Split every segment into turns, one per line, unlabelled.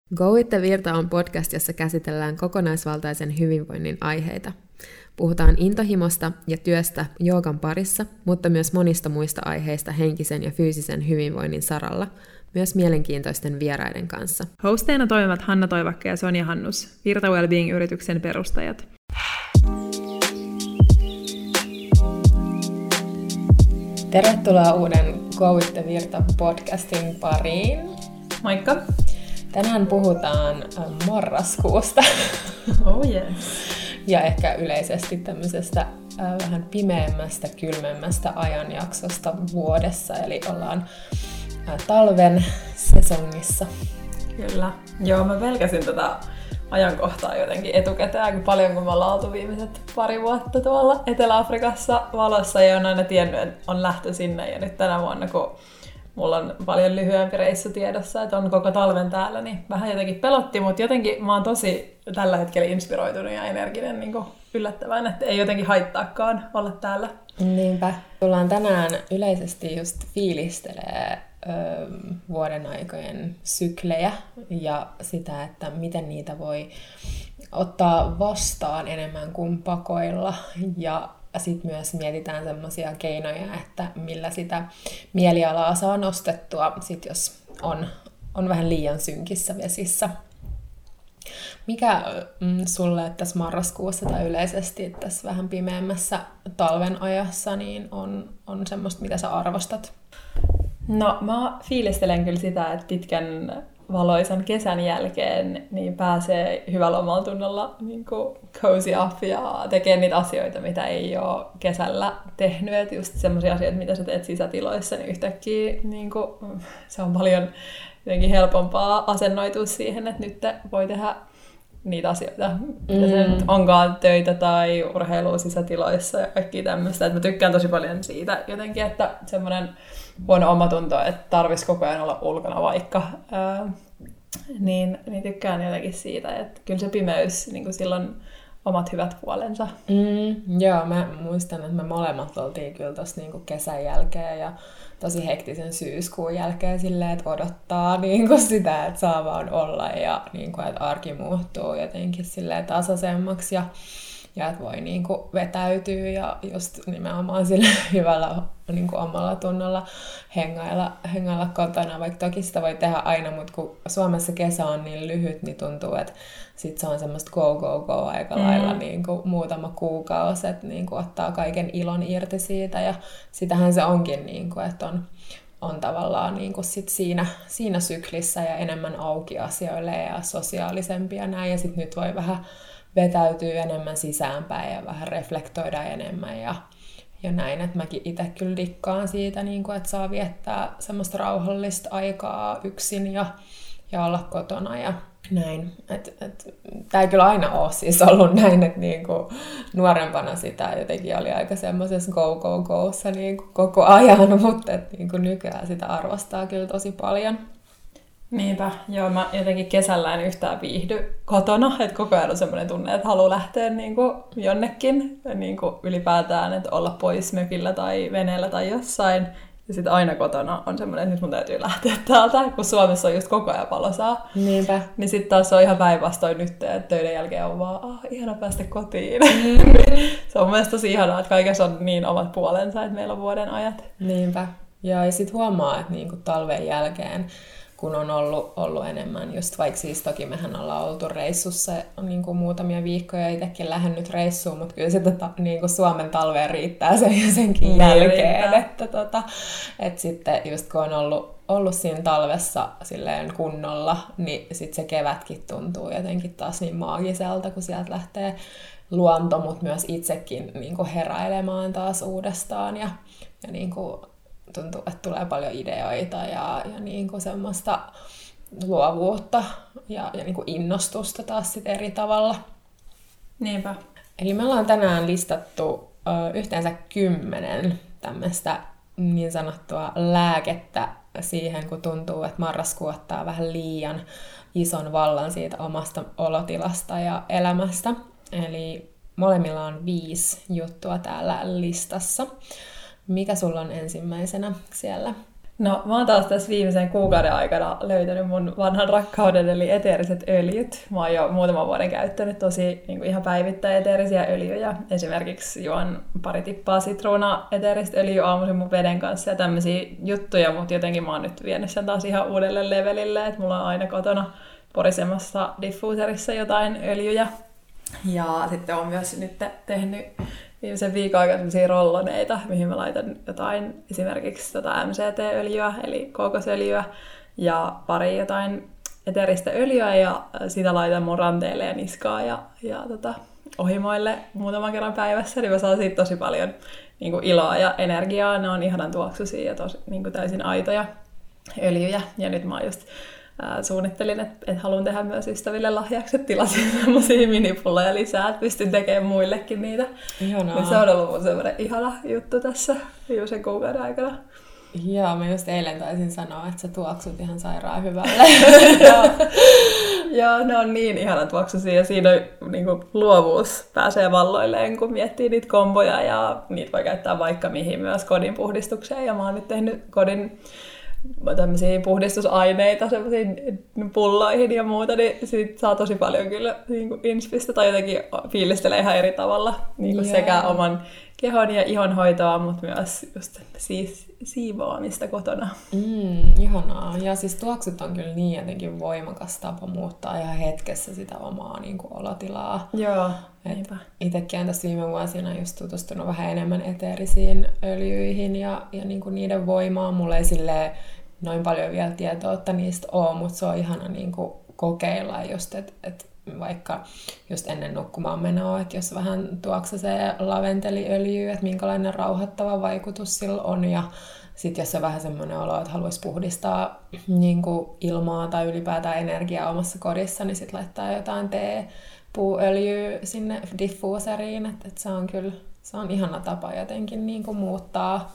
Go with the Virta on podcast, jossa käsitellään kokonaisvaltaisen hyvinvoinnin aiheita. Puhutaan intohimosta ja työstä joogan parissa, mutta myös monista muista aiheista henkisen ja fyysisen hyvinvoinnin saralla, myös mielenkiintoisten vieraiden kanssa.
Hosteina toimivat Hanna Toivakka ja Sonja Hannus, Virta Wellbeing-yrityksen perustajat.
Tervetuloa uuden Go with the Virta podcastin pariin.
Moikka!
Tänään puhutaan marraskuusta.
Oh yes.
Ja ehkä yleisesti tämmöisestä vähän pimeämmästä, kylmemmästä ajanjaksosta vuodessa. Eli ollaan talven sesongissa.
Kyllä. Joo, mä pelkäsin tätä ajankohtaa jotenkin etukäteen aika paljon, kun me ollaan oltu viimeiset pari vuotta tuolla Etelä-Afrikassa valossa ja on aina tiennyt, että on lähtö sinne. Ja nyt tänä vuonna, kun mulla on paljon lyhyempi reissu tiedossa, että on koko talven täällä, niin vähän jotenkin pelotti, mutta jotenkin mä oon tosi tällä hetkellä inspiroitunut ja energinen niin yllättävän, että ei jotenkin haittaakaan olla täällä.
Niinpä. Tullaan tänään yleisesti just fiilistelee vuoden aikojen syklejä ja sitä, että miten niitä voi ottaa vastaan enemmän kuin pakoilla. Ja sitten myös mietitään semmoisia keinoja, että millä sitä mielialaa saa nostettua, sit jos on vähän liian synkissä vesissä. Mikä sulle tässä marraskuussa tai yleisesti tässä vähän pimeämmässä talven ajassa niin on semmoista, mitä sä arvostat?
No mä fiilistelen kyllä sitä, että pitkän valoisan kesän jälkeen niin pääsee hyvällä omalla tunnolla niin cozy up ja tekee niitä asioita, mitä ei ole kesällä tehnyt. Et just semmoisia asioita, mitä sä teet sisätiloissa, niin yhtäkkiä niin se on paljon jotenkin helpompaa asennoitua siihen, että nyt voi tehdä niitä asioita, mitä se nyt onkaan, töitä tai urheilua sisätiloissa ja kaikki tämmöistä. Et mä tykkään tosi paljon siitä jotenkin, että semmoinen huono omatunto, että tarvitsisi koko ajan olla ulkona vaikka, niin tykkään jotenkin siitä, että kyllä se pimeys, niin silloin omat hyvät puolensa.
Joo, mä muistan, että me molemmat oltiin kyllä tossa niin kesän jälkeen ja tosi hektisen syyskuun jälkeen silleen, että odottaa niin sitä, että saa vaan olla ja niin kuin, että arki muuttuu jotenkin silleen tasaisemmaksi ja että voi niin kuin vetäytyä ja just nimenomaan sillä hyvällä niin kuin omalla tunnolla hengailla kotona, vaikka toki sitä voi tehdä aina, mutta kun Suomessa kesä on niin lyhyt, niin tuntuu, että sit se on semmoista go aika lailla niin kuin muutama kuukausi, että niin kuin ottaa kaiken ilon irti siitä ja sitähän se onkin, niin kuin, että on tavallaan niin kuin sit siinä syklissä ja enemmän auki asioille ja sosiaalisempia näin ja sitten nyt voi vähän vetäytyy enemmän sisäänpäin ja vähän reflektoida enemmän ja näin, että mäkin itse kyllä dikkaan siitä, niin kuin, että saa viettää semmoista rauhallista aikaa yksin ja olla kotona ja näin. Tämä ei kyllä aina ole siis ollut näin, että niin kuin nuorempana sitä jotenkin oli aika semmoisessa go-ssa niin kuin koko ajan, mutta että niin kuin nykyään sitä arvostaa kyllä tosi paljon.
Niinpä, joo, mä jotenkin kesällä en yhtään viihdy kotona, että koko ajan on semmoinen tunne, että haluaa lähteä niin kuin jonnekin niin kuin ylipäätään, että olla pois mökillä tai veneellä tai jossain. Ja sitten aina kotona on semmoinen, että nyt mun täytyy lähteä täältä, kun Suomessa on just koko ajan valosaa.
Niinpä.
Niin sitten taas on ihan päinvastoin nyt, että töiden jälkeen on vaan, ihana päästä kotiin. Se on mielestäni tosi ihanaa, että kaikessa on niin omat puolensa, että meillä on vuoden ajat.
Niinpä. Ja sitten huomaa, että niinku talven jälkeen kun on ollut enemmän, just vaikka siis toki mehän ollaan oltu reissussa niin kuin muutamia viikkoja itsekin lähennyt reissuun, mutta kyllä sitä niin kuin Suomen talveen riittää senkin jälkeen, että sitten just kun on ollut siinä talvessa silleen kunnolla, niin sitten se kevätkin tuntuu jotenkin taas niin maagiselta, kun sieltä lähtee luonto, mutta myös itsekin niin kuin heräilemään taas uudestaan ja niin kuin tuntuu, että tulee paljon ideoita ja niin kuin semmoista luovuutta ja niin kuin innostusta taas sit eri tavalla.
Niinpä.
Eli me ollaan tänään listattu yhteensä 10 tämmöistä niin sanottua lääkettä siihen, kun tuntuu, että marraskuu ottaa vähän liian ison vallan siitä omasta olotilasta ja elämästä. Eli molemmilla on 5 juttua täällä listassa. Mikä sulla on ensimmäisenä siellä?
No, mä oon taas tässä viimeisen kuukauden aikana löytänyt mun vanhan rakkauden, eli eteeriset öljyt. Mä oon jo muutaman vuoden käyttänyt tosi niin kuin ihan päivittäin eteerisiä öljyjä. Esimerkiksi juon pari tippaa sitruuna eteeristä öljyä aamuisin mun veden kanssa ja tämmöisiä juttuja, mutta jotenkin mä oon nyt vienyt sen taas ihan uudelle levelille, että mulla on aina kotona porisemassa diffuuserissa jotain öljyjä. Ja sitten oon myös nyt tehnyt viimeisen viikon aikana sellaisia rolloneita, mihin mä laitan jotain, esimerkiksi MCT-öljyä, eli kookosöljyä, ja pari jotain eteeristä öljyä, ja sitä laitan mun ranteille ja niskaan ja ohimoille muutaman kerran päivässä, niin mä saan siitä tosi paljon niin kuin iloa ja energiaa. Ne on ihanan tuoksuisia ja niin kuin täysin aitoja öljyjä, ja nyt mä just suunnittelin, että haluan tehdä myös ystäville lahjaksi, että tilasin semmosia minipulloja lisää, että pystyn tekemään muillekin niitä.
Ihanaa.
Niin se on ollut mun semmoinen ihana juttu tässä viimeisen kuukauden aikana.
Joo, mä just eilen taisin sanoa, että sä tuoksut ihan sairaan hyvälle.
Joo, ne on niin ihanan tuoksuisia ja siinä on, niin kuin, luovuus pääsee valloilleen, kun miettii niitä komboja ja niitä voi käyttää vaikka mihin, myös kodin puhdistukseen. Ja mä oon nyt tehnyt kodin tämmöisiä puhdistusaineita semmoisiin pulloihin ja muuta, niin siitä saa tosi paljon kyllä niin kuin inspistä tai jotenkin fiilistelee ihan eri tavalla niin kuin sekä oman kehon ja ihonhoitoa, mutta myös just siivoamista kotona.
Ihanaa. Ja siis tuoksut on kyllä niin jotenkin voimakas tapa muuttaa ihan hetkessä sitä omaa niin kuin olotilaa.
Joo,
itsekin olen tässä viime vuosina just tutustunut vähän enemmän eteerisiin öljyihin ja niin kuin niiden voimaan. Mulla ei silleen noin paljon vielä tietoa, että niistä ole, mutta se on ihana niin kuin kokeilla just, että vaikka just ennen nukkumaan menoa, että jos vähän tuoksasee laventeliöljyä, että minkälainen rauhoittava vaikutus sillä on. Ja sitten jos on vähän semmoinen olo, että haluaisi puhdistaa niin kuin ilmaa tai ylipäätään energiaa omassa kodissa, niin sitten laittaa jotain puuöljyä sinne diffuuseriin. Että se on ihana tapa jotenkin niin kuin muuttaa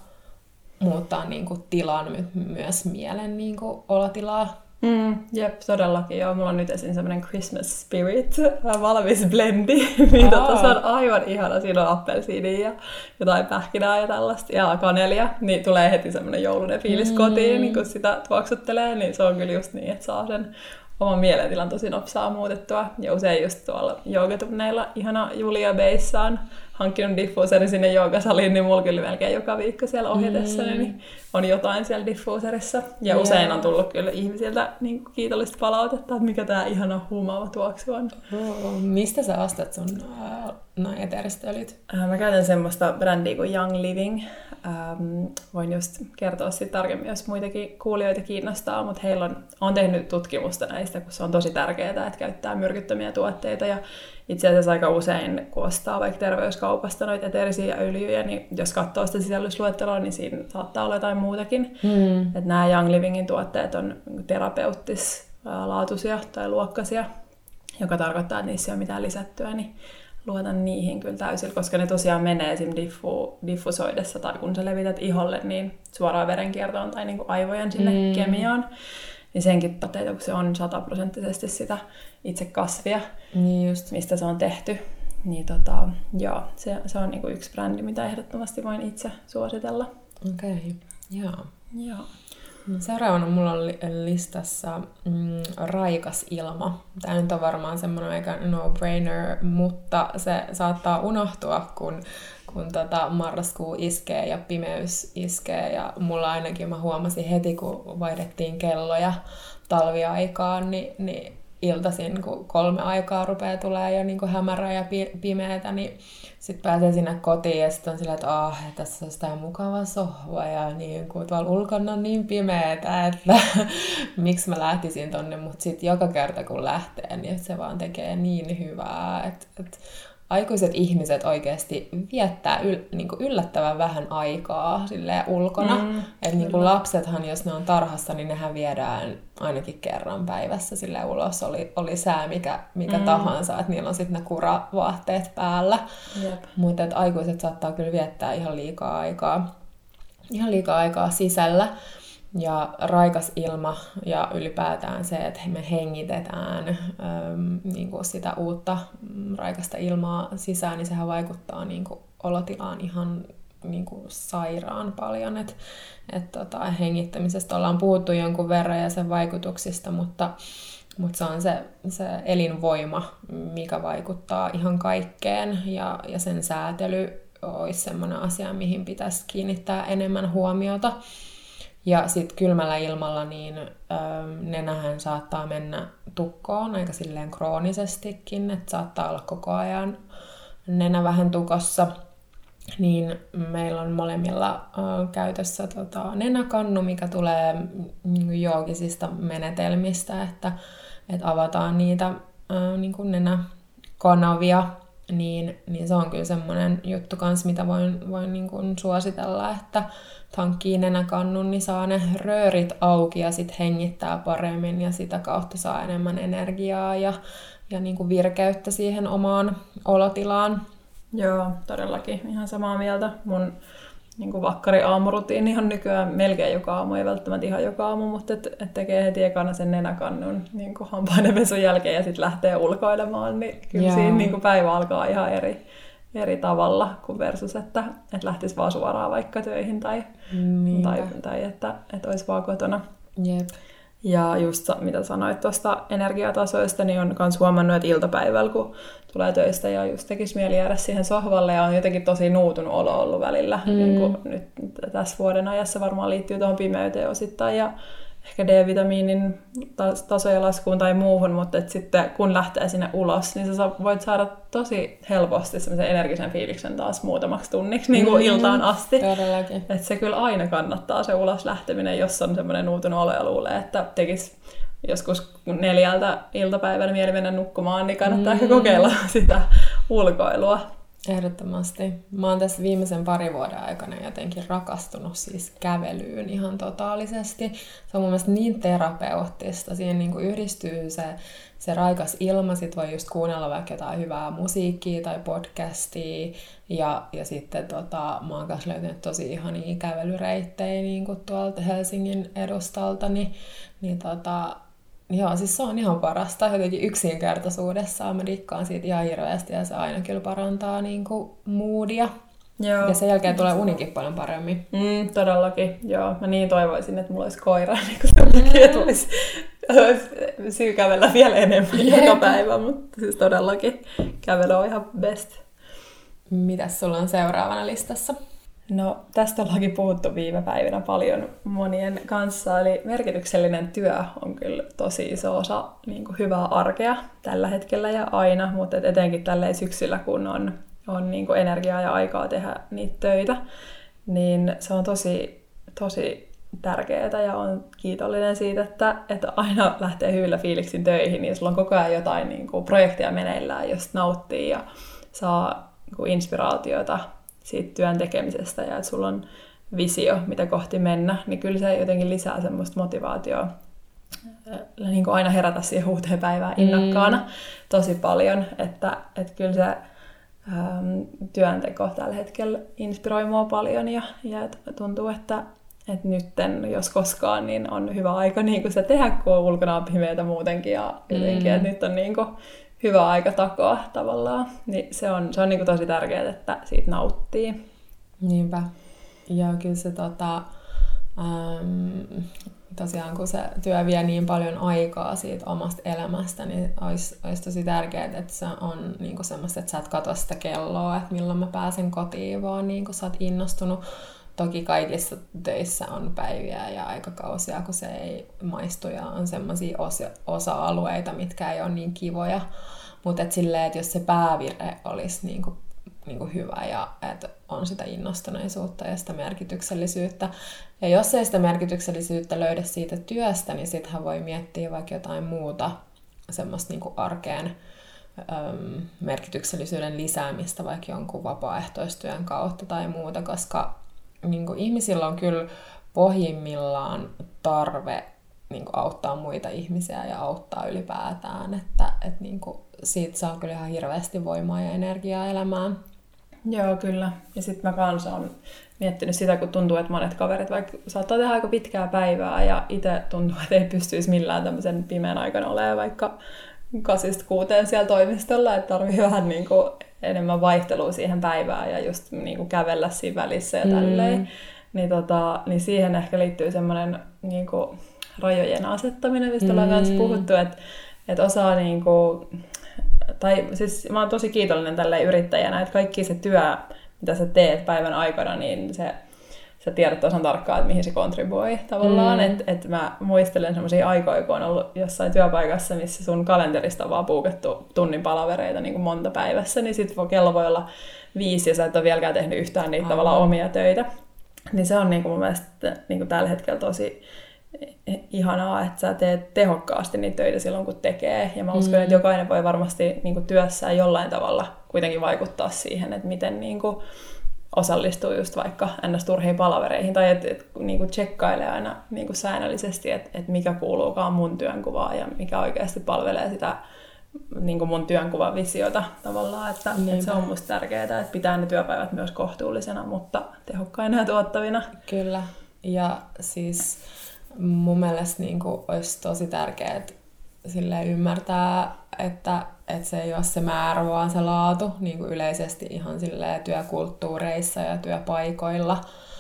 niin kuin tilan, myös mielen niin kuin olotilaa.
Jep, todellakin. Joo, mulla on nyt esim. Semmoinen Christmas Spirit valmis blendi, niin se on aivan ihana. Siinä on appelsiinia ja jotain pähkinää ja tällaista ja kanelia, niin tulee heti semmoinen joulunen fiilis kotiin, niin kun sitä tuoksuttelee, niin se on kyllä just niin, että saa sen oman mielentilan tosi nopsaa muutettua. Ja usein just tuolla joogatunneilla ihana Julia Base on hankkinut diffuuserin sinne joogasaliin, niin mulla kyllä melkein joka viikko siellä ohjatessani niin on jotain siellä diffuuserissa. Ja usein on tullut kyllä ihmisiltä niin kiitollista palautetta, että mikä tää ihana huumaava tuoksu on.
Mistä sä ostat sun eteeriset öljyt?
Mä käytän semmoista brändiä kuin Young Living. Voin just kertoa siitä tarkemmin, jos muitakin kuulijoita kiinnostaa, mutta heillä on tehnyt tutkimusta näistä, kun se on tosi tärkeää, että käyttää myrkyttömiä tuotteita. Ja itse asiassa aika usein, kun ostaa vaikka terveyskaupasta noita eteerisiä öljyjä, niin jos katsoo sitä sisällysluetteloa, niin siinä saattaa olla jotain muutakin. Että nämä Young Livingin tuotteet on terapeuttislaatuisia tai luokkaisia, joka tarkoittaa, että niissä ei ole mitään lisättyä, niin luotan niihin kyllä täysin, koska ne tosiaan menee esim. Diffusoidessa tai kun sä levität iholle, niin suoraan verenkiertoon tai niin kuin aivojen sinne kemiaan. Niin senkin tuotteita, kun se on 100% sitä itse kasvia,
niin just.
Mistä se on tehty. Niin joo, se on niinku yksi brändi, mitä ehdottomasti voin itse suositella.
Okei, joo.
Joo.
Seuraavana mulla on listassa Raikas ilma. Tämä nyt on varmaan semmoinen aika no-brainer, mutta se saattaa unohtua, kun marraskuu iskee ja pimeys iskee. Ja mulla ainakin mä huomasin heti, kun vaihdettiin kelloja talviaikaan, niin iltaisin, kun 3 aikaa rupeaa tulee jo niin kuin hämärää ja pimeätä, niin sitten pääsee sinne kotiin ja sitten on silleen, että tässä on sitä mukava sohva ja niin kuin tuolla ulkona on niin pimeätä, että miksi mä lähtisin tonne, mutta sitten joka kerta kun lähtee, niin se vaan tekee niin hyvää, että aikuiset ihmiset oikeasti viettää niin kuin yllättävän vähän aikaa silleen ulkona. Että niin kuin lapsethan, jos ne on tarhassa, niin nehän viedään ainakin kerran päivässä silleen ulos. Oli sää mikä tahansa, että niillä on sitten ne kuravaatteet päällä. Mutta aikuiset saattaa kyllä viettää ihan liikaa aikaa sisällä. Ja raikas ilma ja ylipäätään se, että me hengitetään niin kuin sitä uutta raikasta ilmaa sisään, niin sehän vaikuttaa niin kuin olotilaan ihan niin kuin sairaan paljon. Hengittämisestä ollaan puhuttu jonkun verran ja sen vaikutuksista, mutta se on se elinvoima, mikä vaikuttaa ihan kaikkeen, ja sen säätely olisi sellainen asia, mihin pitäisi kiinnittää enemmän huomiota. Ja sitten kylmällä ilmalla niin nenähän saattaa mennä tukkoon aika silleen kroonisestikin, että saattaa olla koko ajan nenä vähän tukossa. Niin meillä on molemmilla käytössä nenäkannu, mikä tulee joogisista menetelmistä, että avataan niitä niin kuin nenäkanavia, niin se on kyllä semmoinen juttu kans, mitä voin niin kuin suositella, että hankkii nenäkannun, niin saa ne röörit auki ja sitten hengittää paremmin ja sitä kautta saa enemmän energiaa ja niin kuin virkeyttä siihen omaan olotilaan.
Joo, todellakin. Ihan samaa mieltä. Mun niin kuin vakkari-aamurutiini on nykyään melkein joka aamu, ei välttämättä ihan joka aamu, mutta tekee heti ekana sen nenäkannun niin kuin hampaidenpesun jälkeen ja sitten lähtee ulkoilemaan, niin kyllä siinä niin kuin päivä alkaa ihan eri tavalla kuin versus, että lähtisi vaan suoraan vaikka töihin tai että olisi vaan kotona.
Jep.
Ja just mitä sanoit tuosta energiatasoista, niin on myös huomannut, että iltapäivällä, kun tulee töistä ja just tekisi mieli jäädä siihen sohvalle, ja on jotenkin tosi nuutun olo ollut välillä. Niin kuin nyt tässä vuoden ajassa varmaan liittyy tuohon pimeyteen osittain ja ehkä D-vitamiinin tasojen laskuun tai muuhun, mutta sitten kun lähtee sinne ulos, niin sä voit saada tosi helposti semmoisen energisen fiiliksen taas muutamaksi tunniksi niin kuin iltaan asti.
Todellakin.
Että se kyllä aina kannattaa se ulos lähteminen, jos on semmoinen nuutun olo ja luulee, että tekisi joskus 4 iltapäivänä mieli mennä nukkumaan, niin kannattaa ehkä kokeilla sitä ulkoilua.
Ehdottomasti. Mä oon tässä viimeisen 2 vuoden aikana jotenkin rakastunut siis kävelyyn ihan totaalisesti. Se on mun mielestä niin terapeuttista. Siihen niin kuin yhdistyy se raikas ilma. Sit voi just kuunnella vaikka jotain hyvää musiikkia tai podcastia. Ja sitten mä oon kanssa löytänyt tosi ihania kävelyreittejä niin kuin tuolta Helsingin edustalta. Joo, siis se on ihan parasta. Jotenkin yksinkertaisuudessaan mä dikkaan siitä ihan hirveästi ja se aina kyllä parantaa niinku moodia. Joo. Ja sen jälkeen tulee unikin paljon paremmin.
Todellakin, joo. Mä niin toivoisin, että mulla olisi koira, niin kuin sen takia, että olisi syy kävellä vielä enemmän joka päivä, mutta siis todellakin kävely on ihan best.
Mitäs sulla on seuraavana listassa?
No, tästä ollaankin puhuttu viime päivinä paljon monien kanssa, eli merkityksellinen työ on kyllä tosi iso osa niin kuin hyvää arkea tällä hetkellä ja aina, mutta etenkin tälleen syksyllä, kun on niin kuin energiaa ja aikaa tehdä niitä töitä, niin se on tosi tärkeää ja on kiitollinen siitä, että aina lähtee hyvillä fiiliksin töihin ja sulla on koko ajan jotain niin kuin projekteja meneillään, josta nauttii ja saa niin kuin inspiraatiota siitä työn tekemisestä ja että sulla on visio, mitä kohti mennä, niin kyllä se jotenkin lisää semmoista motivaatiota niin kuin aina herätä siihen uuteen päivään innokkaana tosi paljon, että kyllä se työnteko tällä hetkellä inspiroi mua paljon ja tuntuu, että nytten, jos koskaan, niin on hyvä aika niin kuin se tehdä, kun on ulkona pimeätä muutenkin ja jotenkin, että nyt on niin kuin hyvä aika takoa tavallaan, niin se on niin kuin tosi tärkeää, että siitä nauttii.
Niinpä. Ja kyllä se tosiaan kun se työ vie niin paljon aikaa siitä omasta elämästä, niin olisi tosi tärkeää, että se on niin kuin semmoista, että sä et katso sitä kelloa, että milloin mä pääsen kotiin, vaan niin kuin sä oot innostunut. Toki kaikissa töissä on päiviä ja aikakausia, kun se ei maistu ja on semmoisia osa-alueita, mitkä ei ole niin kivoja. Mutta silleen, että jos se päävire olisi niinku hyvä ja että on sitä innostuneisuutta ja sitä merkityksellisyyttä. Ja jos ei sitä merkityksellisyyttä löydä siitä työstä, niin sittenhän voi miettiä vaikka jotain muuta semmoista niinku arkeen merkityksellisyyden lisäämistä vaikka jonkun vapaaehtoistyön kautta tai muuta, koska niin kuin ihmisillä on kyllä pohjimmillaan tarve niin kuin auttaa muita ihmisiä ja auttaa ylipäätään, että niin kuin siitä saa kyllä ihan hirveästi voimaa ja energiaa elämään.
Joo, kyllä. Ja sitten mä kanssa olen miettinyt sitä, kun tuntuu, että monet kaverit vaikka saattaa tehdä aika pitkää päivää ja itse tuntuu, että ei pystyisi millään tämmöisen pimeän aikana olemaan vaikka 8-6 siellä toimistolla, että tarvii vähän niin kuin enemmän vaihtelua siihen päivään ja just niin kuin kävellä siinä välissä ja tälleen. Niin siihen ehkä liittyy semmoinen niin kuin rajojen asettaminen, mistä ollaan kanssa puhuttu, että osaa niin kuin, tai siis mä oon tosi kiitollinen tälle yrittäjänä, että kaikki se työ, mitä sä teet päivän aikana, niin sä tiedät tasan tarkkaan, että mihin se kontribuoi tavallaan. Että mä muistelen semmoisia aikoja, kun on ollut jossain työpaikassa, missä sun kalenterista on vaan puukattu tunnin palavereita niin kuin monta päivässä, niin sit kello voi olla 5 ja sä et ole vieläkään tehnyt yhtään niitä tavallaan omia töitä. Niin se on niin kuin mun mielestä niin kuin tällä hetkellä tosi ihanaa, että sä teet tehokkaasti niitä töitä silloin, kun tekee. Ja mä uskon, että jokainen voi varmasti niin kuin työssään jollain tavalla kuitenkin vaikuttaa siihen, että miten niin kuin osallistuu just vaikka ns-turhiin palavereihin, tai että niin kuin tsekkailee aina niin kuin säännöllisesti, että mikä kuuluukaan mun työnkuvaan ja mikä oikeasti palvelee sitä niin kuin mun työnkuvan visiota tavallaan. Että se on musta tärkeää, että pitää ne työpäivät myös kohtuullisena, mutta tehokkaina ja tuottavina.
Kyllä. Ja siis mun mielestä niin kuin olisi tosi tärkeää ymmärtää, että se ei ole se määrä, vaan se laatu niin kuin yleisesti ihan työkulttuureissa ja työpaikoilla.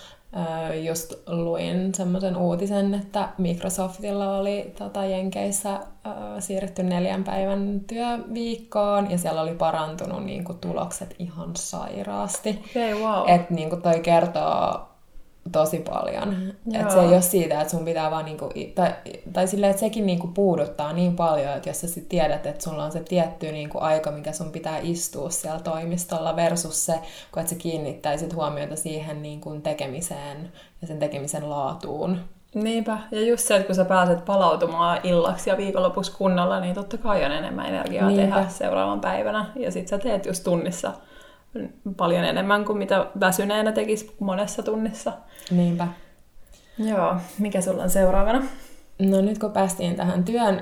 Just luin semmoisen uutisen, että Microsoftilla oli Jenkeissä siirrytty 4 päivän työviikkoon ja siellä oli parantunut niin kuin tulokset ihan sairaasti.
Okay, wow.
Että niin kuin toi kertoo tosi paljon. Että se ei ole siitä, että sun pitää vaan niinku, tai silleen, että sekin niinku puuduttaa niin paljon, että jos sä sit tiedät, että sulla on se tietty niinku aika, mikä sun pitää istua siellä toimistolla versus se, kun et sä kiinnittäisit huomiota siihen niinku tekemiseen ja sen tekemisen laatuun.
Niinpä. Ja just se, että kun sä pääset palautumaan illaksi ja viikonlopuksi kunnolla, niin totta kai on enemmän energiaa tehdä seuraavan päivänä. Ja sit sä teet just tunnissa paljon enemmän kuin mitä väsyneenä tekisi monessa tunnissa.
Niinpä.
Joo. Mikä sulla on seuraavana?
No nyt kun päästiin tähän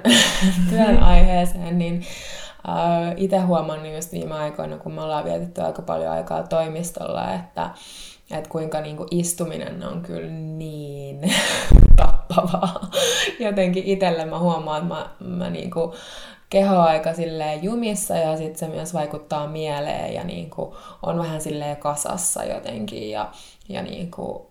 työn aiheeseen, niin itse huomannut just viime aikoina, kun me ollaan vietetty aika paljon aikaa toimistolla, että kuinka niinku istuminen on kyllä niin tappavaa. Jotenkin itselle mä huomaan, että mä niinku kehoaika silleen jumissa ja sitten se myös vaikuttaa mieleen ja niinku on vähän silleen kasassa jotenkin ja niinku,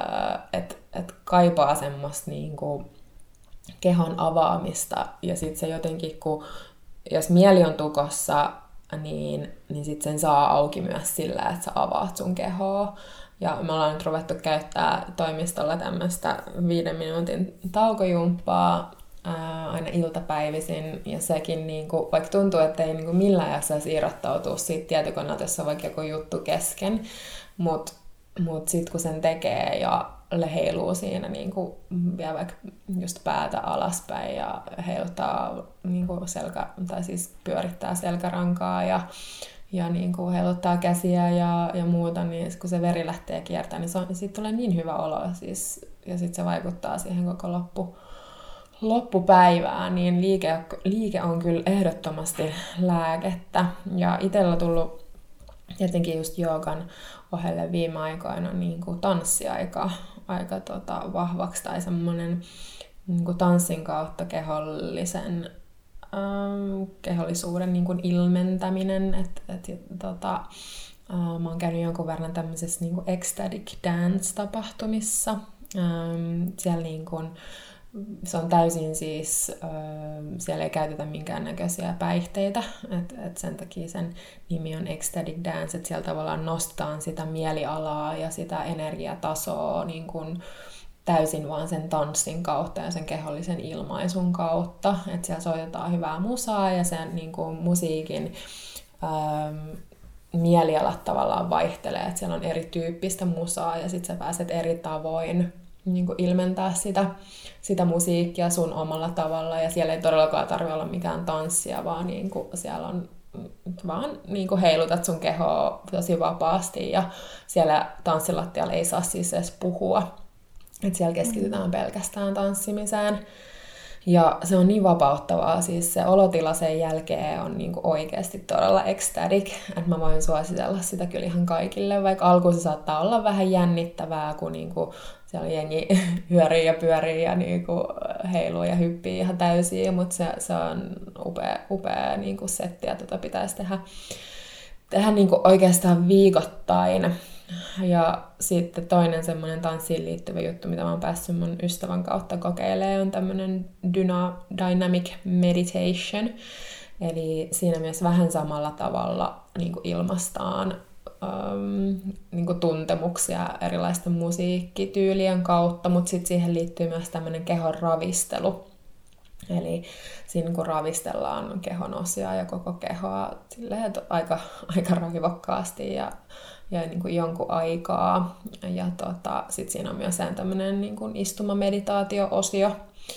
et kaipaa semmoista niinku kehon avaamista ja sitten se jotenkin, jos mieli on tukossa, niin sitten sen saa auki myös sillä, että sä avaat sun kehoa. Ja me ollaan nyt ruvettu käyttää toimistolla tämmöistä 5 minuutin taukojumppaa aina iltapäivisin. Ja sekin, niinku, vaikka tuntuu, että ei niinku millään jaksaisi irrottautua siitä tietokoneelta, jos on vaikka joku juttu kesken. Mut sitten kun sen tekee ja heiluu siinä, niinku, vie vaikka just päätä alaspäin ja heiluttaa niinku tai siis pyörittää selkärankaa ja niin kuin heiluttaa käsiä ja muuta, niin kun se veri lähtee kiertämään, niin siitä tulee niin hyvä olo. Siis, ja sitten se vaikuttaa siihen koko loppupäivään, niin liike on kyllä ehdottomasti lääkettä. Ja itsellä on tullut tietenkin just joogan ohelle viime aikoina niin kuin tanssiaika aika vahvaksi tai semmoinen niin kuin tanssin kautta kehollisuuden niin kuin ilmentäminen. Mä oon käynyt jonkun verran tämmöisessä niin kuin ecstatic dance-tapahtumissa. Siellä niin kuin, se on täysin siis, siellä ei käytetä minkäännäköisiä päihteitä, et sen takia sen nimi on ecstatic dance, että siellä tavallaan nostetaan sitä mielialaa ja sitä energiatasoa niin kuin täysin vaan sen tanssin kautta ja sen kehollisen ilmaisun kautta. Että siellä soitetaan hyvää musaa ja sen niin kuin musiikin mielialat tavallaan vaihtelee. Että siellä on erityyppistä musaa ja sitten sä pääset eri tavoin niin kuin ilmentää sitä musiikkia sun omalla tavalla. Ja siellä ei todellakaan tarvitse olla mikään tanssia, vaan niin kuin siellä on vaan niin kuin heilutat sun kehoa tosi vapaasti. Ja siellä tanssilattialla ei saa siis edes puhua. Että siellä keskitytään pelkästään tanssimiseen. Ja se on niin vapauttavaa. Siis se olotila sen jälkeen on niinku oikeasti todella ecstatic. Että mä voin suositella sitä kyllä ihan kaikille. Vaikka alkuun se saattaa olla vähän jännittävää, kun niinku siellä jengi hyörii ja pyörii ja niinku heiluu ja hyppii ihan täysin, mutta se on upea niinku setti ja pitäisi tehdä niinku oikeastaan viikoittain. Ja sitten toinen semmoinen tanssiin liittyvä juttu, mitä mä oon päässyt mun ystävän kautta kokeilemaan, on tämmöinen Dynamic Meditation. Eli siinä myös vähän samalla tavalla niinku ilmaistaan niinku tuntemuksia erilaisten musiikkityylien kautta, mutta sitten siihen liittyy myös tämmöinen kehon ravistelu. Eli siinä kun ravistellaan kehon osia ja koko kehoa aika raivokkaasti ja niin kuin jonkun aikaa. Ja sitten siinä on myös tämmöinen niin kuin istumameditaatio-osio.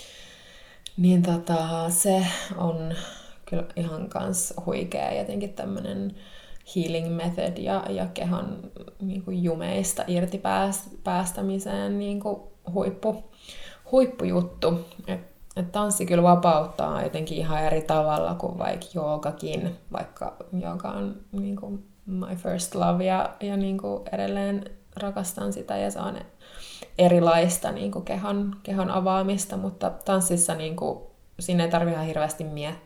Niin se on kyllä ihan kans huikea jotenkin tämmöinen healing method ja kehon niin kuin jumeista irti päästämiseen niin kuin huippujuttu. Et tanssi kyllä vapauttaa jotenkin ihan eri tavalla kuin vaikka joogakin, vaikka jooga on niin kuin my first love ja niin kuin edelleen rakastan sitä ja se on erilaista niin kuin kehon avaamista, mutta tanssissa niin kuin, siinä ei tarvitse ihan hirveästi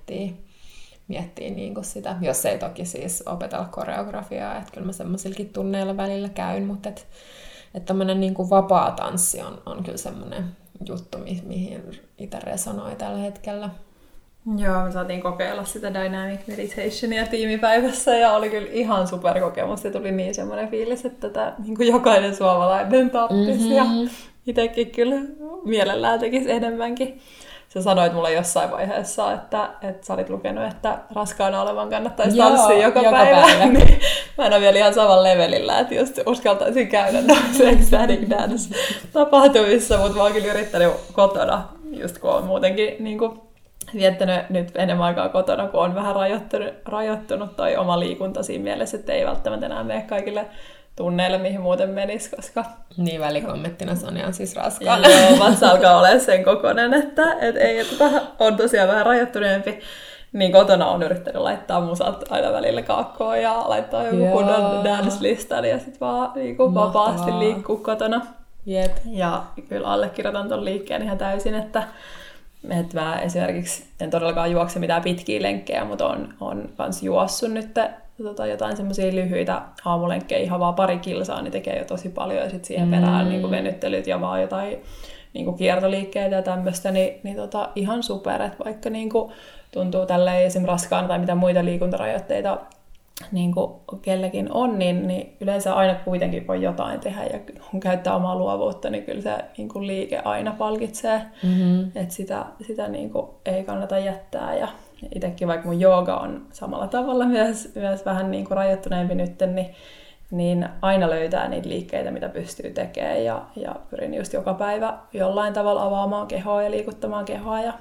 miettiä niin kuin sitä, jos ei toki siis opetella koreografiaa, että kyllä mä semmoisillakin tunneilla välillä käyn, mutta että tämmöinen niin kuin vapaa tanssi on kyllä semmoinen juttu, mihin itse resonoi tällä hetkellä.
Joo, me saatiin kokeilla sitä Dynamic Meditationia tiimipäivässä ja oli kyllä ihan superkokemus ja tuli niin semmoinen fiilis, että tätä niin kuin jokainen suomalainen tappisi ja itsekin kyllä mielellään tekisi enemmänkin. Sä sanoit mulle jossain vaiheessa, että sä olit lukenut, että raskaana olevan kannattaisi tanssia joka päivä. Niin mä en ole vielä ihan saman levelillä, että just uskaltaisin käydä ecstatic dance tapahtumissa, mutta mä oon kyllä yrittänyt kotona, just kun on muutenkin niin kuin viettänyt nyt enemmän aikaa kotona, kun on vähän rajoittunut toi oma liikunta siinä mielessä, että ei välttämättä enää mene kaikille tunneille, mihin muuten menisi, koska...
Niin, välikommenttina Sonja on siis raskaana.
Joo, vatsa alkaa olemaan sen kokoinen, että on tosiaan vähän rajoittuneempi. Niin kotona on yrittänyt laittaa musat aina välillä kaakkoon ja laittaa joku kunnon dance-listan ja sitten vaan niin vapaasti liikkuu kotona.
Jep.
Ja kyllä allekirjoitan ton liikkeen ihan täysin, että mä esimerkiksi en todellakaan juokse mitään pitkiä lenkkejä, mutta on kans juossut nyt jotain semmoisia lyhyitä aamulenkkejä, ihan vaan 2 kilsaa, niin tekee jo tosi paljon ja sitten siihen perään niin venyttelyt ja vaan jotain niin kiertoliikkeitä ja tämmöistä, niin ihan super, että vaikka niin tuntuu tälleen esimerkiksi raskaana tai mitä muita liikuntarajoitteita niin kellekin on, niin yleensä aina kuitenkin voi jotain tehdä ja kun käyttää omaa luovuutta, niin kyllä se niin liike aina palkitsee, että sitä niin ei kannata jättää ja itsekin vaikka mun jooga on samalla tavalla myös vähän niin rajoittuneempi nyt, niin aina löytää niitä liikkeitä, mitä pystyy tekemään ja pyrin just joka päivä jollain tavalla avaamaan kehoa ja liikuttamaan kehoa ja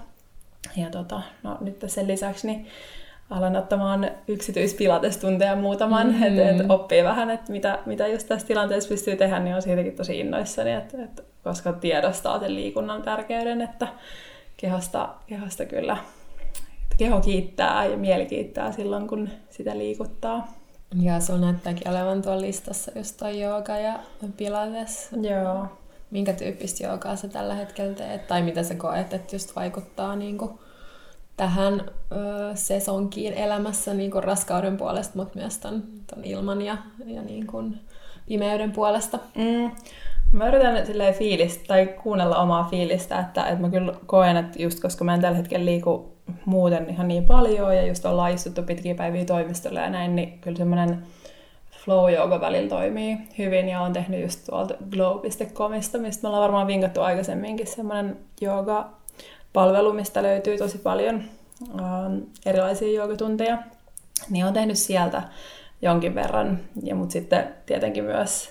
no, nyt sen lisäksi niin alan ottamaan yksityispilatestunteja muutaman, että oppii vähän, että mitä just tässä tilanteessa pystyy tehdä, niin on siitäkin tosi innoissani, että koska tiedostaa sen liikunnan tärkeyden, että kehosta kyllä keho kiittää ja mieli kiittää silloin, kun sitä liikuttaa.
Ja sulla näyttääkin olevan tuolla listassa just toi jooga ja pilates.
Joo.
Minkä tyyppistä joogaa sä tällä hetkellä teet? Tai mitä sä koet, että just vaikuttaa niinku tähän sesonkiin elämässä niinku raskauden puolesta, mutta myös ton ilman ja niinku pimeyden puolesta?
Mä yritän silleen kuunnella omaa fiilistä, että mä kyllä koen, että just koska mä en tällä hetkellä liiku muuten ihan niin paljon ja just ollaan istuttu pitkiä päiviä toimistolla ja näin, niin kyllä semmoinen flow-jooga välillä toimii hyvin ja olen tehnyt just tuolta glow.comista, mistä me ollaan varmaan vinkattu aikaisemminkin semmoinen jooga-palvelu, mistä löytyy tosi paljon erilaisia joogatunteja. Niin olen tehnyt sieltä jonkin verran, mutta sitten tietenkin myös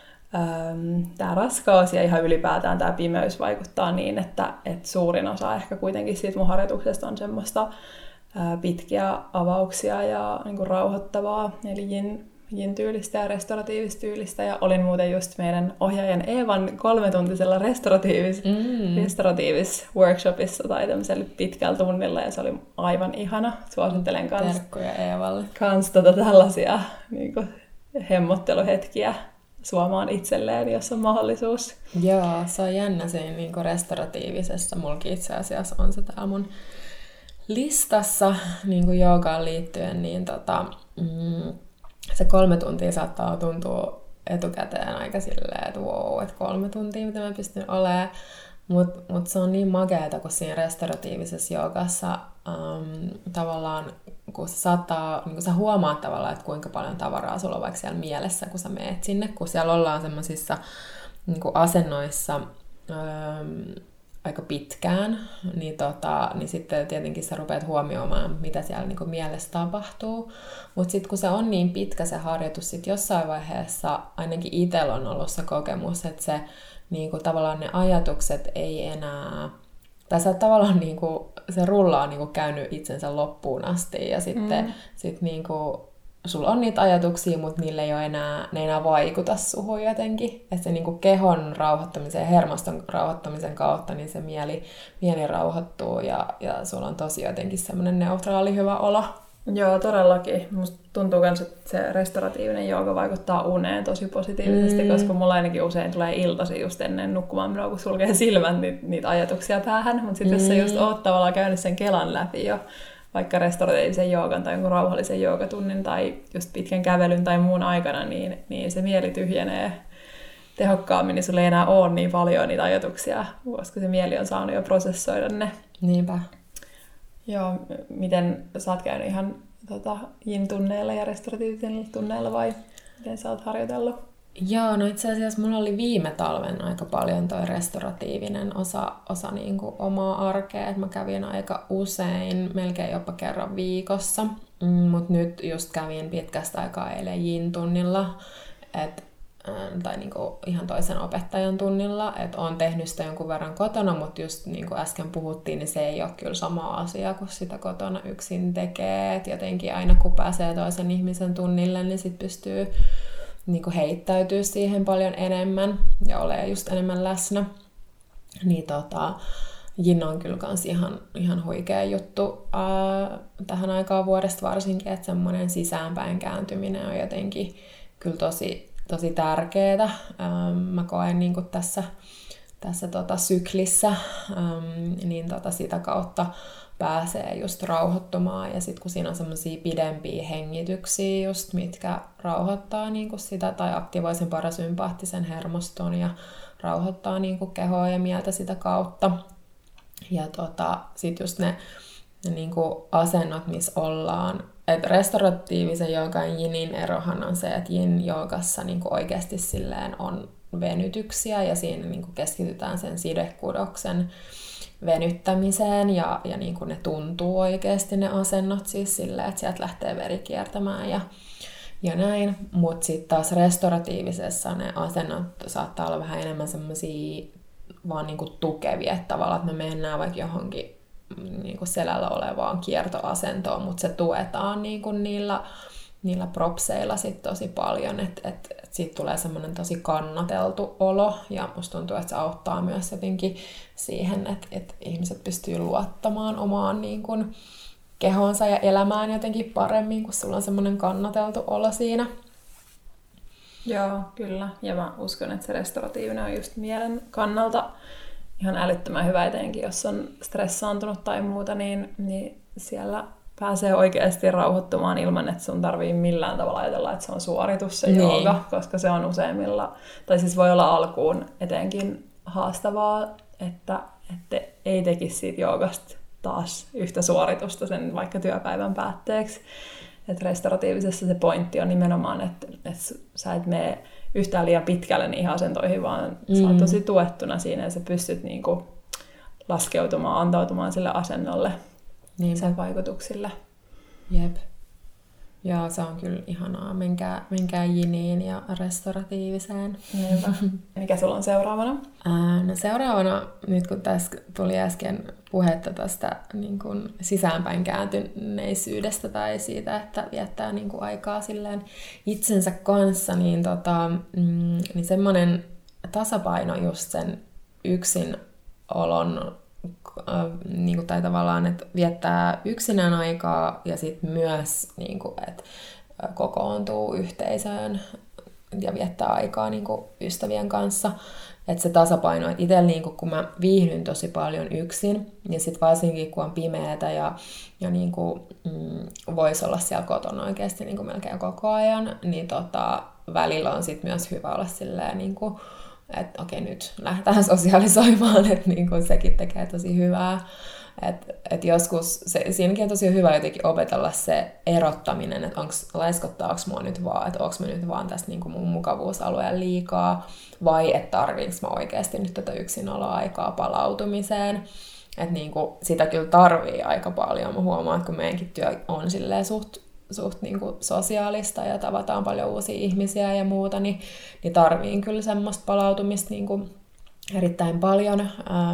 tämä raskaus ja ihan ylipäätään tämä pimeys vaikuttaa niin, että suurin osa ehkä kuitenkin siitä mun harjoituksesta on semmoista pitkiä avauksia ja niin kuin rauhoittavaa, eli yin-tyylistä ja restauratiivista tyylistä. Ja olin muuten just meidän ohjaajan Eevan 3-tuntisella restauratiivis workshopissa tai tämmöisellä pitkällä tunnilla, ja se oli aivan ihana. Suosittelen kans.
Terkkuja Eevalle.
Kans tällaisia niin kuin hemmotteluhetkiä suomaan itselleen, jos on mahdollisuus.
Joo, se on jännä siinä niin restauratiivisessa. Mullakin itse asiassa on se täällä mun listassa niin joogaan liittyen, niin se 3 tuntia saattaa tuntua etukäteen aika silleen, että wow, että 3 tuntia, mitä mä pystyn olemaan. Mut se on niin makeata, kun siinä restauratiivisessa joogassa tavallaan, kun sä huomaat tavallaan, että kuinka paljon tavaraa sulla on vaikka siellä mielessä, kun sä meet sinne, kun siellä ollaan semmoisissa niin asennoissa aika pitkään, niin sitten tietenkin sä rupeat huomioimaan, mitä siellä niin mielessä tapahtuu. Mutta sitten kun se on niin pitkä se harjoitus, sit jossain vaiheessa ainakin itsellä on ollut se kokemus, että se niin kuin tavallaan ne ajatukset ei enää, tai sä tavallaan niin kuin, se rulla on niin kuin käynyt itsensä loppuun asti, ja sitten niin kuin, sulla on niitä ajatuksia, mutta niille ei ole ne ei enää vaikuta suhun jotenkin. Että se niin kuin kehon rauhoittamisen ja hermoston rauhoittamisen kautta, niin se mieli rauhoittuu, ja sulla on tosi jotenkin semmoinen neutraali hyvä olo.
Joo, todellakin. Musta tuntuu myös, että se restauratiivinen jooga vaikuttaa uneen tosi positiivisesti, koska mulla ainakin usein tulee iltasi just ennen nukkumaan menoa, kun sulkee silmät niitä ajatuksia päähän. Mutta sitten jos sä just oot tavallaan käynyt sen kelan läpi jo, vaikka restauratiivisen joogan tai jonkun rauhallisen joogatunnin tai just pitkän kävelyn tai muun aikana, niin se mieli tyhjenee tehokkaammin, niin sulla ei enää ole niin paljon niitä ajatuksia, koska se mieli on saanut jo prosessoida ne.
Niinpä.
Joo, miten sä oot käynyt ihan yin-tunneilla ja restauratiivisilla tunneilla vai miten sä oot harjoitellut?
Joo, no itse asiassa mulla oli viime talven aika paljon toi restauratiivinen osa niin kuin omaa arkea, että mä kävin aika usein, melkein jopa kerran viikossa, mutta nyt just kävin pitkästä aikaa eilen yin-tunnilla, tai niinku ihan toisen opettajan tunnilla, että olen tehnyt sitä jonkun verran kotona, mutta just niin kuin äsken puhuttiin, niin se ei ole kyllä sama asia, kun sitä kotona yksin tekee. Et jotenkin aina kun pääsee toisen ihmisen tunnille, niin sit pystyy niinku heittäytyä siihen paljon enemmän ja olemaan just enemmän läsnä. Niin Yin on kyllä kans ihan huikea juttu tähän aikaan vuodesta varsinkin, että semmoinen sisäänpäin kääntyminen on jotenkin kyllä tosi tärkeetä. Mä koen niin kuin tässä syklissä, niin sitä kautta pääsee just rauhoittumaan. Ja sitten kun siinä on semmoisia pidempiä hengityksiä just, mitkä rauhoittaa niin kuin sitä tai aktivoi sen parasympaattisen hermoston ja rauhoittaa niin kuin kehoa ja mieltä sitä kautta. Ja sitten just ne niin kuin asennot, missä ollaan. Et restauratiivisen joogan ja jinin erohan on se, että yin-joogassa niin oikeasti silleen on venytyksiä ja siinä niin keskitytään sen sidekudoksen venyttämiseen ja niin ne tuntuu oikeasti ne asennot siis silleen, että sieltä lähtee veri kiertämään ja näin. Mutta sitten taas restauratiivisessa ne asennot saattaa olla vähän enemmän semmosia vaan niin tukevia, että tavallaan että me mennään vaikka johonkin niin kuin selällä olevaan kiertoasentoon, mutta se tuetaan niin kuin niillä propseilla sit tosi paljon, että siitä tulee semmoinen tosi kannateltu olo, ja musta tuntuu, että se auttaa myös jotenkin siihen, että ihmiset pystyy luottamaan omaan niin kuin kehoonsa ja elämään jotenkin paremmin, kun sulla on semmoinen kannateltu olo siinä.
Joo, kyllä. Ja mä uskon, että se restauratiivinen on just mielen kannalta ihan älyttömän hyvä, etenkin jos on stressaantunut tai muuta, niin siellä pääsee oikeasti rauhoittumaan ilman, että sun tarvii millään tavalla ajatella, että se on suoritus se jooga, koska se on useimmilla, tai siis voi olla alkuun etenkin haastavaa, että ei tekisi siitä joogasta taas yhtä suoritusta sen vaikka työpäivän päätteeksi. Että restauratiivisessa se pointti on nimenomaan, että sä et mene yhtään liian pitkälle niihin asentoihin, vaan sä oot tosi tuettuna siinä ja sä pystyt niinku laskeutumaan, antautumaan sille asennolle, sen vaikutuksille.
Jep. Joo, se on kyllä ihanaa. Menkää jiniin ja restauratiiviseen.
Mikä sulla on seuraavana?
No seuraavana, nyt kun tässä tuli äsken puhetta tästä niin kuin sisäänpäin kääntyneisyydestä tai siitä, että viettää niin kuin aikaa silleen itsensä kanssa, niin semmoinen tasapaino just sen yksinolon niin kuin, tai tavallaan, että viettää yksinään aikaa ja sitten myös, niin kuin, että kokoontuu yhteisöön ja viettää aikaa niin kuin ystävien kanssa. Että se tasapaino, että itsellä niin kun mä viihdyn tosi paljon yksin, ja sitten varsinkin kun on pimeätä ja niin kuin, voisi olla siellä kotona oikeasti niin kuin melkein koko ajan, niin välillä on sitten myös hyvä olla silleen, niin kuin, että okei, nyt lähdetään sosiaalisoimaan, että niin kuin sekin tekee tosi hyvää. Et joskus siinäkin on tosi hyvä jotenkin opetella se erottaminen, että laiskottaako mua nyt vaan, että onko mä nyt vaan tässä niin kuin mun mukavuusalueen liikaa, vai että tarviinko mä oikeasti nyt tätä yksinoloaikaa palautumiseen. Että niin kuin sitä kyllä tarvii aika paljon. Mä huomaan, että kun meidänkin työ on silleen suht niin kuin sosiaalista ja tavataan paljon uusia ihmisiä ja muuta, niin tarviin kyllä semmoista palautumista niin kuin erittäin paljon.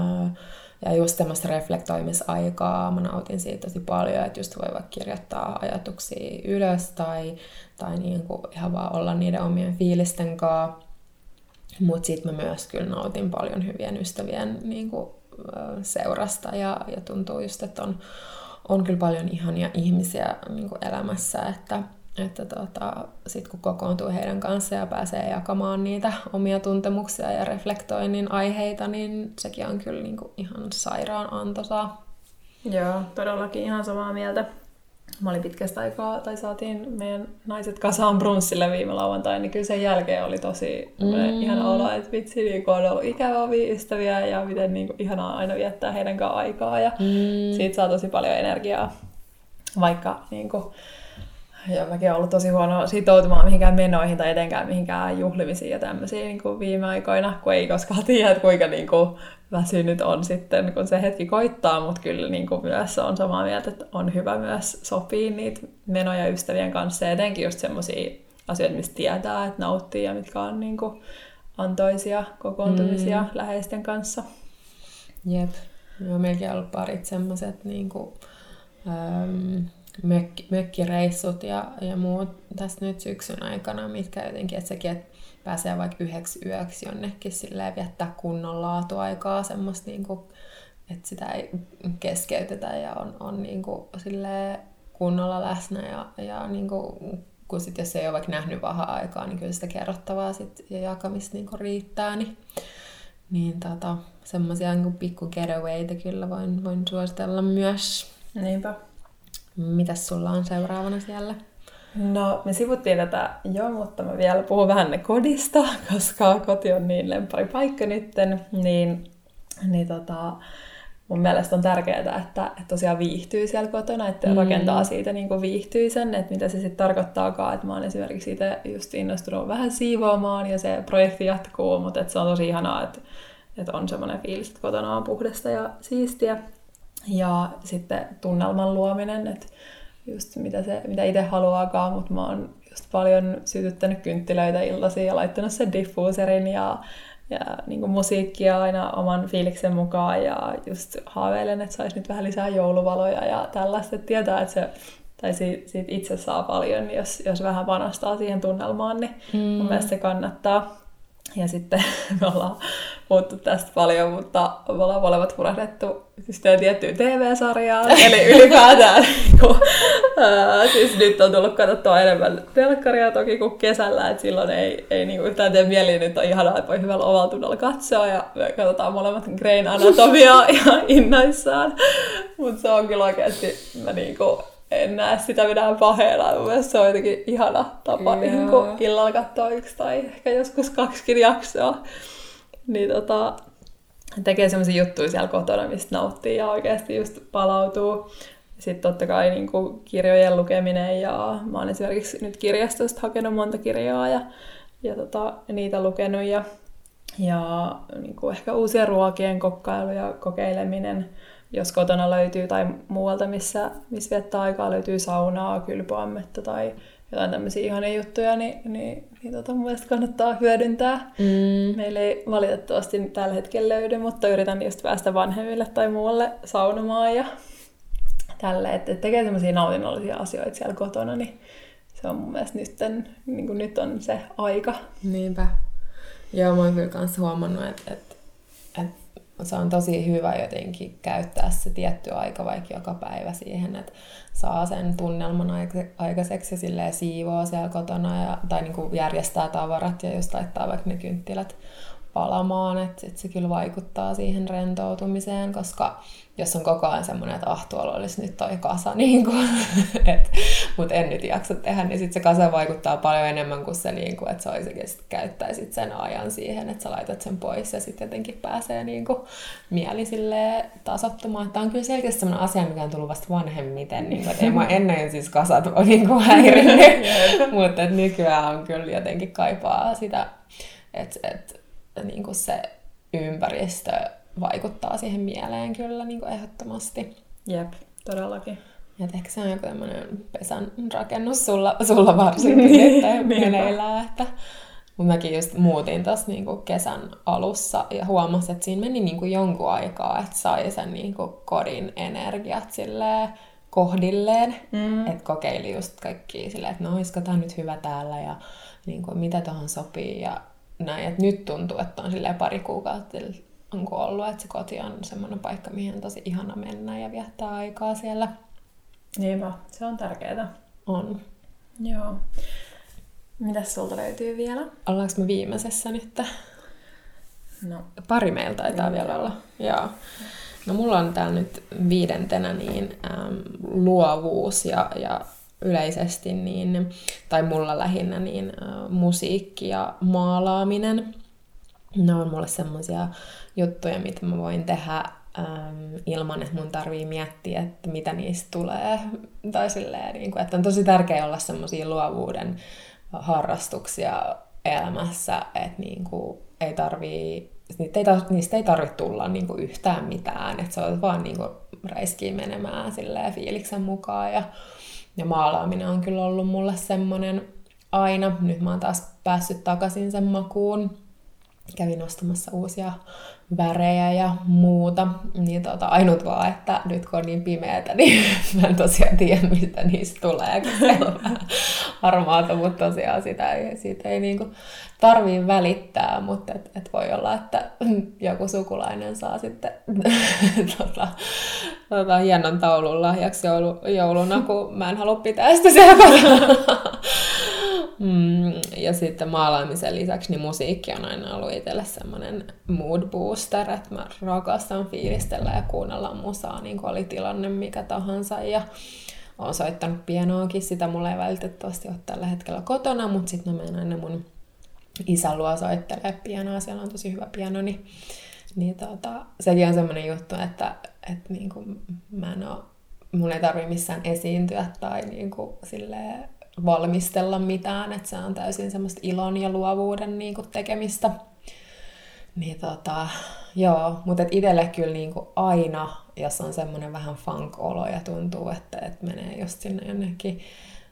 Ja just semmoista reflektoimisaikaa, mä nautin siitä tosi paljon, että just voi vaikka kirjoittaa ajatuksia ylös tai niin kuin ihan vaan olla niiden omien fiilisten kanssa. Mutta sitten mä myös kyllä nautin paljon hyvien ystävien niin kuin, seurasta ja tuntuu just, että on kyllä paljon ihania ihmisiä niin kuin elämässä, että sitten kun kokoontuu heidän kanssaan ja pääsee jakamaan niitä omia tuntemuksia ja reflektoinnin aiheita, niin sekin on kyllä niin kuin ihan sairaan antoisaa.
Joo, todellakin ihan samaa mieltä. Mä olin pitkästä aikaa, tai saatiin meidän naiset kasaan brunssille viime lauantaina, niin kyllä sen jälkeen oli tosi ihana olo, että vitsi, niin on ollut ikävä omia ystäviä ja miten niin kuin ihanaa aina viettää heidän kanssaan aikaa ja siitä saa tosi paljon energiaa, vaikka niin kuin, ja mäkin olen ollut tosi huono sitoutumaan mihinkään menoihin tai etenkään mihinkään juhlimisiin ja tämmöisiin niin kuin viime aikoina, kun ei koskaan tiedä, että kuinka niin kuin väsynyt on sitten, kun se hetki koittaa, mutta kyllä niin kuin myös on samaa mieltä, että on hyvä myös sopia niitä menoja ystävien kanssa ja etenkin just semmoisia asioita, mistä tietää, että nauttii ja mitkä on niin kuin antoisia kokoontumisia läheisten kanssa.
Jep. No, meilläkin on ollut parit semmoiset niin kuin, mökkireissut ja muut tässä nyt syksyn aikana, mitkä jotenkin, että sekin, että pääsee vaikka 9 yöksi jonnekin silleen viettää kunnon laatuaikaa, semmoista niinku, että sitä ei keskeytetä ja on niinku silleen kunnolla läsnä ja niinku, kun sit jos ei ole vaikka nähnyt vähän aikaa, niin kyllä sitä kerrottavaa sit ja jakamista niinku riittää, niin semmoisia niinku pikku getawayta kyllä voin suositella myös.
Niinpä.
Mitäs sulla on seuraavana siellä?
No, me sivuttiin tätä jo, mutta mä vielä puhun vähän kodista, koska koti on niin lemppari paikka nytten, niin mun mielestä on tärkeää, että tosiaan viihtyy siellä kotona, että rakentaa siitä niin kuin viihtyisen, että mitä se sitten tarkoittaakaan, että mä oon esimerkiksi itse just innostunut vähän siivoamaan ja se projekti jatkuu, mutta että se on tosi ihanaa, että on semmoinen fiilis, että kotona on puhdasta ja siistiä. Ja sitten tunnelman luominen, että just mitä itse haluaakaan, mutta mä oon just paljon sytyttänyt kynttilöitä illasiin ja laittanut sen diffuuserin ja niin kuin musiikkia aina oman fiiliksen mukaan ja just haaveilen, että saisi nyt vähän lisää jouluvaloja ja tällaista, että tietää, että siitä itse saa paljon, jos vähän panostaa siihen tunnelmaan, niin mun mielestä se kannattaa. Ja sitten me ollaan puhuttu tästä paljon, mutta me ollaan molemmat hurahdettu siis tiettyyn TV-sarjaan. Eli ylipäätään, siis nyt on tullut katsottua enemmän telkkaria toki kuin kesällä, että silloin ei niin yhtään tee mieli, nyt on ihanaa, että voi hyvällä omalla tunnolla katsoa ja me katsotaan molemmat Grayn Anatomiaa ihan innoissaan. Mutta se on kyllä oikeasti, mä niinku en näe sitä mitään paheena. Mun mielestä se on jotenkin ihana tapa niin illalla katsoa 1 tai ehkä joskus 2 jaksoa. Niin tekee semmoisia juttuja siellä kotona, mistä nauttii ja oikeasti just palautuu. Sitten totta kai niin kuin kirjojen lukeminen ja mä oon esimerkiksi nyt kirjastosta hakenut monta kirjaa ja niitä lukenut ja niin kuin ehkä uusien ruokien kokkailu ja kokeileminen. Jos kotona löytyy tai muualta, missä viettää aikaa, löytyy saunaa, kylpyammetta tai jotain tämmöisiä ihania juttuja, niin mun mielestä kannattaa hyödyntää. Meillä ei valitettavasti tällä hetkellä löydy, mutta yritän just päästä vanhemmille tai muualle saunomaan ja tälleen, että tekee semmoisia nautinnollisia asioita siellä kotona, niin se on mun mielestä nyt on se aika.
Niinpä. Joo, mä oon kyllä kans huomannut, että se on tosi hyvä jotenkin käyttää se tietty aika vaikka joka päivä siihen, että saa sen tunnelman aikaiseksi ja silleen siivoo siellä kotona tai niin kuin järjestää tavarat ja just laittaa vaikka ne kynttilät palamaan, että se kyllä vaikuttaa siihen rentoutumiseen, koska jos on koko ajan semmoinen, että tuolla olisi nyt toi kasa, niin mutta en nyt jaksa tehdä, niin sitten se kasa vaikuttaa paljon enemmän kuin se, niin kuin, että sä oikeasti käyttäisit sen ajan siihen, että sä laitat sen pois ja sitten jotenkin pääsee niin kuin mieli silleen tasoittumaan. Tämä on kyllä selkeästi semmoinen asia, mikä on tullut vasta vanhemmiten, niin kuin, että ei mä ennen siis kasat ole niin kuin häirinnyt, mutta nykyään on kyllä jotenkin kaipaa sitä, että niin kuin se ympäristö vaikuttaa siihen mieleen kyllä niin kuin ehdottomasti.
Jep, todellakin.
Ja ehkä se on joku tämmöinen pesän rakennus sulla varsinkin, että meneillään. Mutta mäkin just muutin tuossa niinku kesän alussa ja huomasin, että siinä meni niinku jonkun aikaa, että sai sen niinku kodin energiat silleen kohdilleen. Että kokeili just kaikkia silleen, että no olisiko tää nyt hyvä täällä ja niinku, mitä tuohon sopii ja näin. Et nyt tuntuu, että on silleen pari kuukautta on ollut, että se koti on semmoinen paikka, mihin on tosi ihana mennä ja viettää aikaa siellä.
Niinpä, se on tärkeää.
On.
Joo. Mitäs sulta löytyy vielä?
Ollaanko me viimeisessä nyt?
No.
Pari meillä taitaa vielä olla. Joo. No mulla on täällä nyt 5. niin luovuus ja yleisesti, niin, tai mulla lähinnä, niin musiikki ja maalaaminen. Ne on mulle semmoisia juttuja, mitä mä voin tehdä ilman, että mun tarvii miettiä, että mitä niistä tulee. Tai silleen, niin kuin, että on tosi tärkeää olla semmoisia luovuuden harrastuksia elämässä, että niin kuin, niistä ei tarvitse tulla niin kuin yhtään mitään. Että se on vaan niin kuin räiskiä menemään silleen fiiliksen mukaan. Ja maalaaminen on kyllä ollut mulle semmoinen aina. Nyt mä oon taas päässyt takaisin sen makuun. Kävin ostamassa uusia värejä ja muuta. Niin ainut vaan, että nyt kun on niin pimeätä, niin mä en tosiaan tiedä, mistä niistä tulee. Kun se on vähän harmaata, mutta tosiaan siitä ei niinku tarvii välittää. Mutta et voi olla, että joku sukulainen saa sitten hienon taulun lahjaksi jouluna, kun mä en halua pitää sitä siellä kotona. Ja sitten maalaamisen lisäksi niin musiikki on aina ollut itselle semmoinen mood booster, että mä rakastan fiilistellä ja kuunnella musaa, niin kuin oli tilanne mikä tahansa. Ja oon soittanut pianoakin, sitä mulla ei välitettävästi ole tällä hetkellä kotona, mutta sitten mä menen aina mun isän luo soittelemaan pianoa, siellä on tosi hyvä piano, niin sekin on semmoinen juttu, että niin kuin mun ei tarvitse missään esiintyä tai niin kuin silleen valmistella mitään, että se on täysin semmoista ilon ja luovuuden niin kuin tekemistä. Niin joo, mutta itselle kyllä niin kuin aina, jos on semmoinen vähän funk-olo ja tuntuu, että menee just sinne jonnekin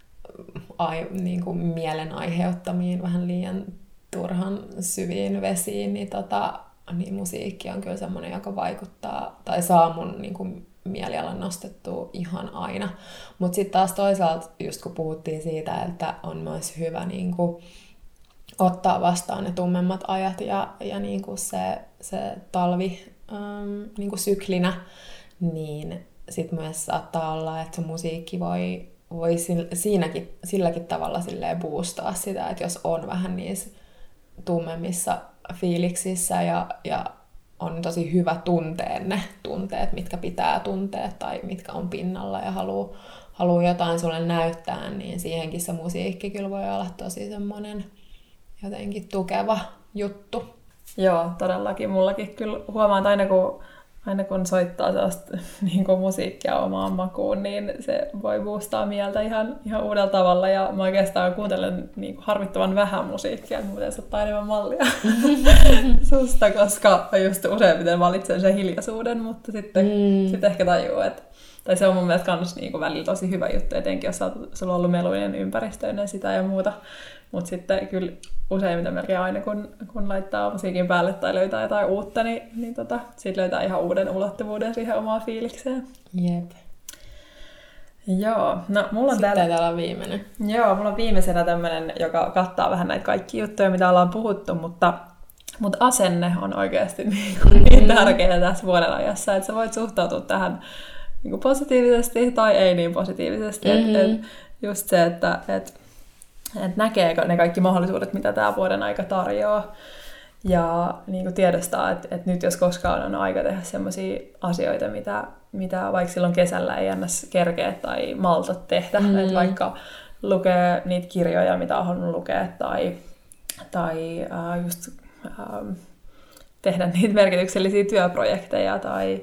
niin kuin mielen aiheuttamiin vähän liian turhan syviin vesiin, niin musiikki on kyllä semmoinen, joka vaikuttaa tai saa mun niin kuin mielialan nostettua ihan aina. Mutta sitten taas toisaalta, just kun puhuttiin siitä, että on myös hyvä niin kuin ottaa vastaan ne tummemmat ajat ja niin kuin se talvi niin kuin syklinä, niin sitten myös saattaa olla, että se musiikki voi silläkin tavalla silleen boostaa sitä, että jos on vähän niissä tummemmissa fiiliksissä ja on tosi hyvä tuntea ne tunteet, mitkä pitää tuntea tai mitkä on pinnalla ja haluaa jotain sulle näyttää, niin siihenkin se musiikki kyllä voi olla tosi semmoinen jotenkin tukeva juttu.
Joo, todellakin. Mullakin kyllä huomaan, että aina kun soittaa sellaista niin kuin musiikkia omaan makuun, niin se voi boostaa mieltä ihan uudella tavalla. Ja mä oikeastaan kuuntelen niin kuin harmittavan vähän musiikkia, että mä pitäisi ottaa enemmän mallia susta, koska just useimmiten valitsen sen hiljaisuuden, mutta sitten ehkä tajuu, että tai se on mun mielestä kans niin välillä tosi hyvä juttu, etenkin jos sulla on ollut meluinen ympäristö ennen sitä ja muuta. Mutta sitten kyllä useimmiten melkein aina, kun laittaa musiikin päälle tai löytää jotain uutta, niin siitä löytää ihan uuden ulottuvuuden siihen omaan fiilikseen.
Jep.
Joo, no mulla on
täällä viimeinen.
Joo, mulla on viimeisenä tämmönen, joka kattaa vähän näitä kaikkia juttuja, mitä ollaan puhuttu, mutta Mutta asenne on oikeasti niin tärkeä tässä vuoden ajassa, että sä voit suhtautua tähän niin positiivisesti tai ei niin positiivisesti. Et just se, että näkee ne kaikki mahdollisuudet, mitä tämä vuoden aika tarjoaa. Ja niin tiedostaa, että nyt jos koskaan on aika tehdä sellaisia asioita, mitä vaikka silloin kesällä ei ennäs kerkeä tai malta tehdä. Että vaikka lukee niitä kirjoja, mitä on halunnut lukea, tai just tehdä niitä merkityksellisiä työprojekteja tai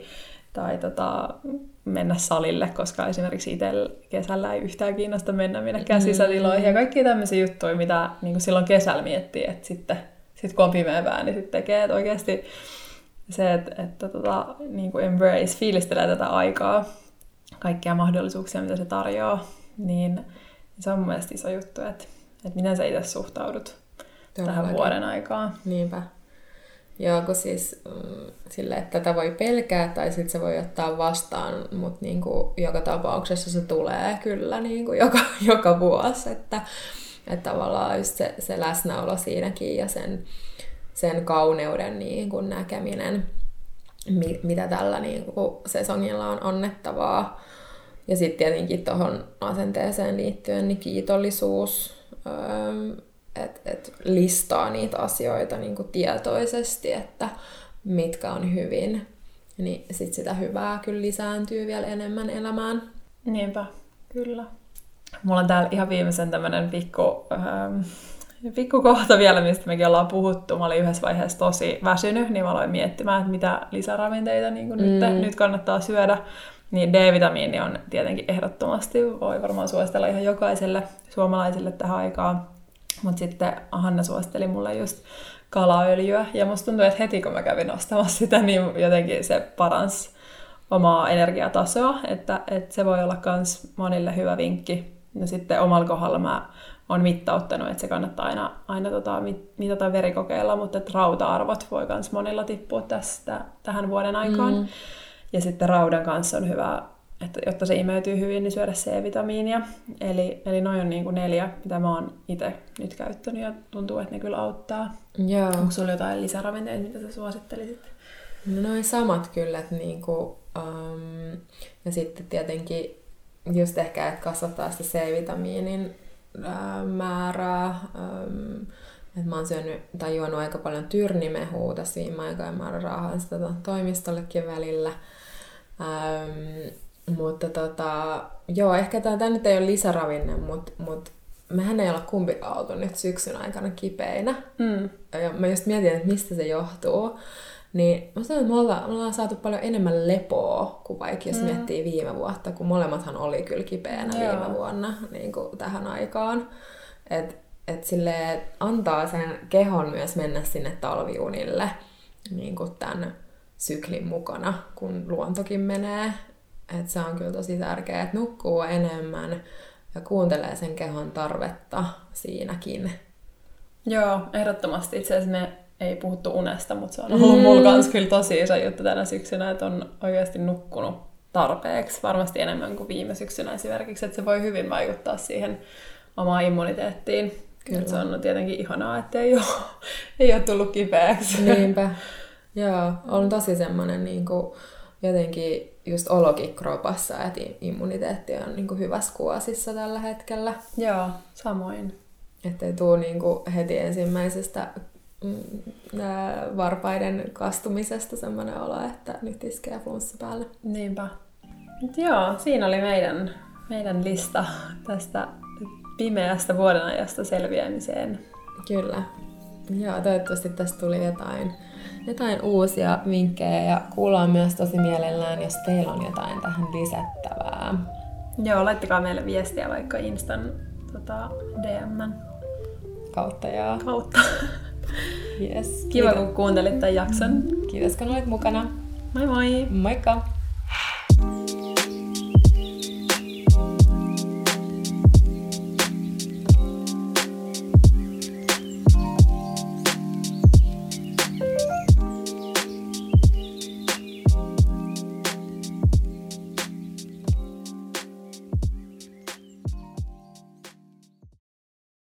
mennä salille, koska esimerkiksi itsellä kesällä ei yhtään kiinnosta mennä minnekään sisätiloihin. Ja kaikkia tämmöisiä juttuja, mitä niin silloin kesällä miettii, että sitten kun on pimeämpää, niin sitten tekee. Että oikeasti se, että niin kuin embrace, fiilistelee tätä aikaa, kaikkia mahdollisuuksia, mitä se tarjoaa, niin se on mun mielestä iso juttu, että miten sä itse suhtaudut tähän vuoden aikaan.
Niinpä. Joo, kun siis sille, että tätä voi pelkää tai sitten se voi ottaa vastaan, mutta niinku joka tapauksessa se tulee kyllä niinku joka vuosi, että tavallaan just se läsnäolo siinäkin ja sen kauneuden niinku näkeminen, mitä tällä niinku sesongilla on annettavaa. Ja sitten tietenkin tuohon asenteeseen liittyen niin kiitollisuus, että listaa niitä asioita niin kuin tietoisesti, että mitkä on hyvin, niin sit sitä hyvää kyllä lisääntyy vielä enemmän elämään.
Niinpä, kyllä. Mulla on täällä ihan viimeisen tämmönen pikku kohta vielä, mistä mekin ollaan puhuttu. Mä olin yhdessä vaiheessa tosi väsynyt, niin mä aloin miettimään, että mitä lisäravinteita niin kuin nyt kannattaa syödä. Niin D-vitamiini on tietenkin ehdottomasti, voi varmaan suositella ihan jokaiselle suomalaiselle tähän aikaan. Mutta sitten Hanna suositteli mulle just kalaöljyä. Ja musta tuntuu, että heti kun mä kävin ostamassa sitä, niin jotenkin se paransi omaa energiatasoa. Että se voi olla myös monille hyvä vinkki. Ja sitten omalla kohdalla mä oon mittauttanut, että se kannattaa aina mitata verikokeilla, mutta että rauta-arvot voi myös monilla tippua tähän vuoden aikaan. Ja sitten raudan kanssa on hyvä, että jotta se imeytyy hyvin, niin syödä C-vitamiinia. Eli noin on niin kuin 4, mitä mä oon itse nyt käyttänyt ja tuntuu, että ne kyllä auttaa.
Joo.
Onko sulla jotain lisäravinteita, mitä sä suosittelisit?
No noin samat kyllä, että niinku, ja sitten tietenkin just ehkä, että kasvattaa sitä C-vitamiinin määrää. Että mä oon juonut aika paljon tyrnimehua tässä viime aikoina, mä oon raahaan sitä toimistollekin välillä. Mutta joo, ehkä tämä nyt ei ole lisäravinne, mutta mehän ei olla kumpikaan oltu nyt syksyn aikana kipeinä. Ja mä just mietin, että mistä se johtuu. Niin mä sanon, että me ollaan saatu paljon enemmän lepoa kuin vaikka jos miettii viime vuotta, kun molemmathan oli kyllä kipeänä viime vuonna niin kuin tähän aikaan. Että silleen antaa sen kehon myös mennä sinne talviunille niin kuin tämän syklin mukana, kun luontokin menee. Että se on kyllä tosi tärkeää, että nukkuu enemmän ja kuuntelee sen kehon tarvetta siinäkin.
Joo, ehdottomasti. Itse asiassa me ei puhuttu unesta, mutta se on ollut mulla kanssa kyllä tosi iso juttu tänä syksynä, että on oikeasti nukkunut tarpeeksi. Varmasti enemmän kuin viime syksynä esimerkiksi, että se voi hyvin vaikuttaa siihen omaan immuniteettiin. Kyllä. Se on tietenkin ihanaa, että ei ole tullut kipeäksi.
Niinpä. Joo, on tosi semmoinen niin kuin jotenkin just olokin kropassa, että immuniteetti on niin kuin hyvässä kuosissa tällä hetkellä.
Joo, samoin.
Että ei tule niin kuin heti ensimmäisestä varpaiden kastumisesta semmoinen olo, että nyt iskee flunssa päälle.
Niinpä. Mut joo, siinä oli meidän lista tästä pimeästä vuodenajasta selviämiseen.
Kyllä. Joo, toivottavasti tästä tuli jotain uusia vinkkejä ja kuullaan myös tosi mielellään, jos teillä on jotain tähän lisättävää.
Joo, laittakaa meille viestiä vaikka Instan DM:n
kautta. Yes.
Kiva, kun kuuntelit tämän jakson.
Kiitos, kun olit mukana.
Moi moi!
Moikka!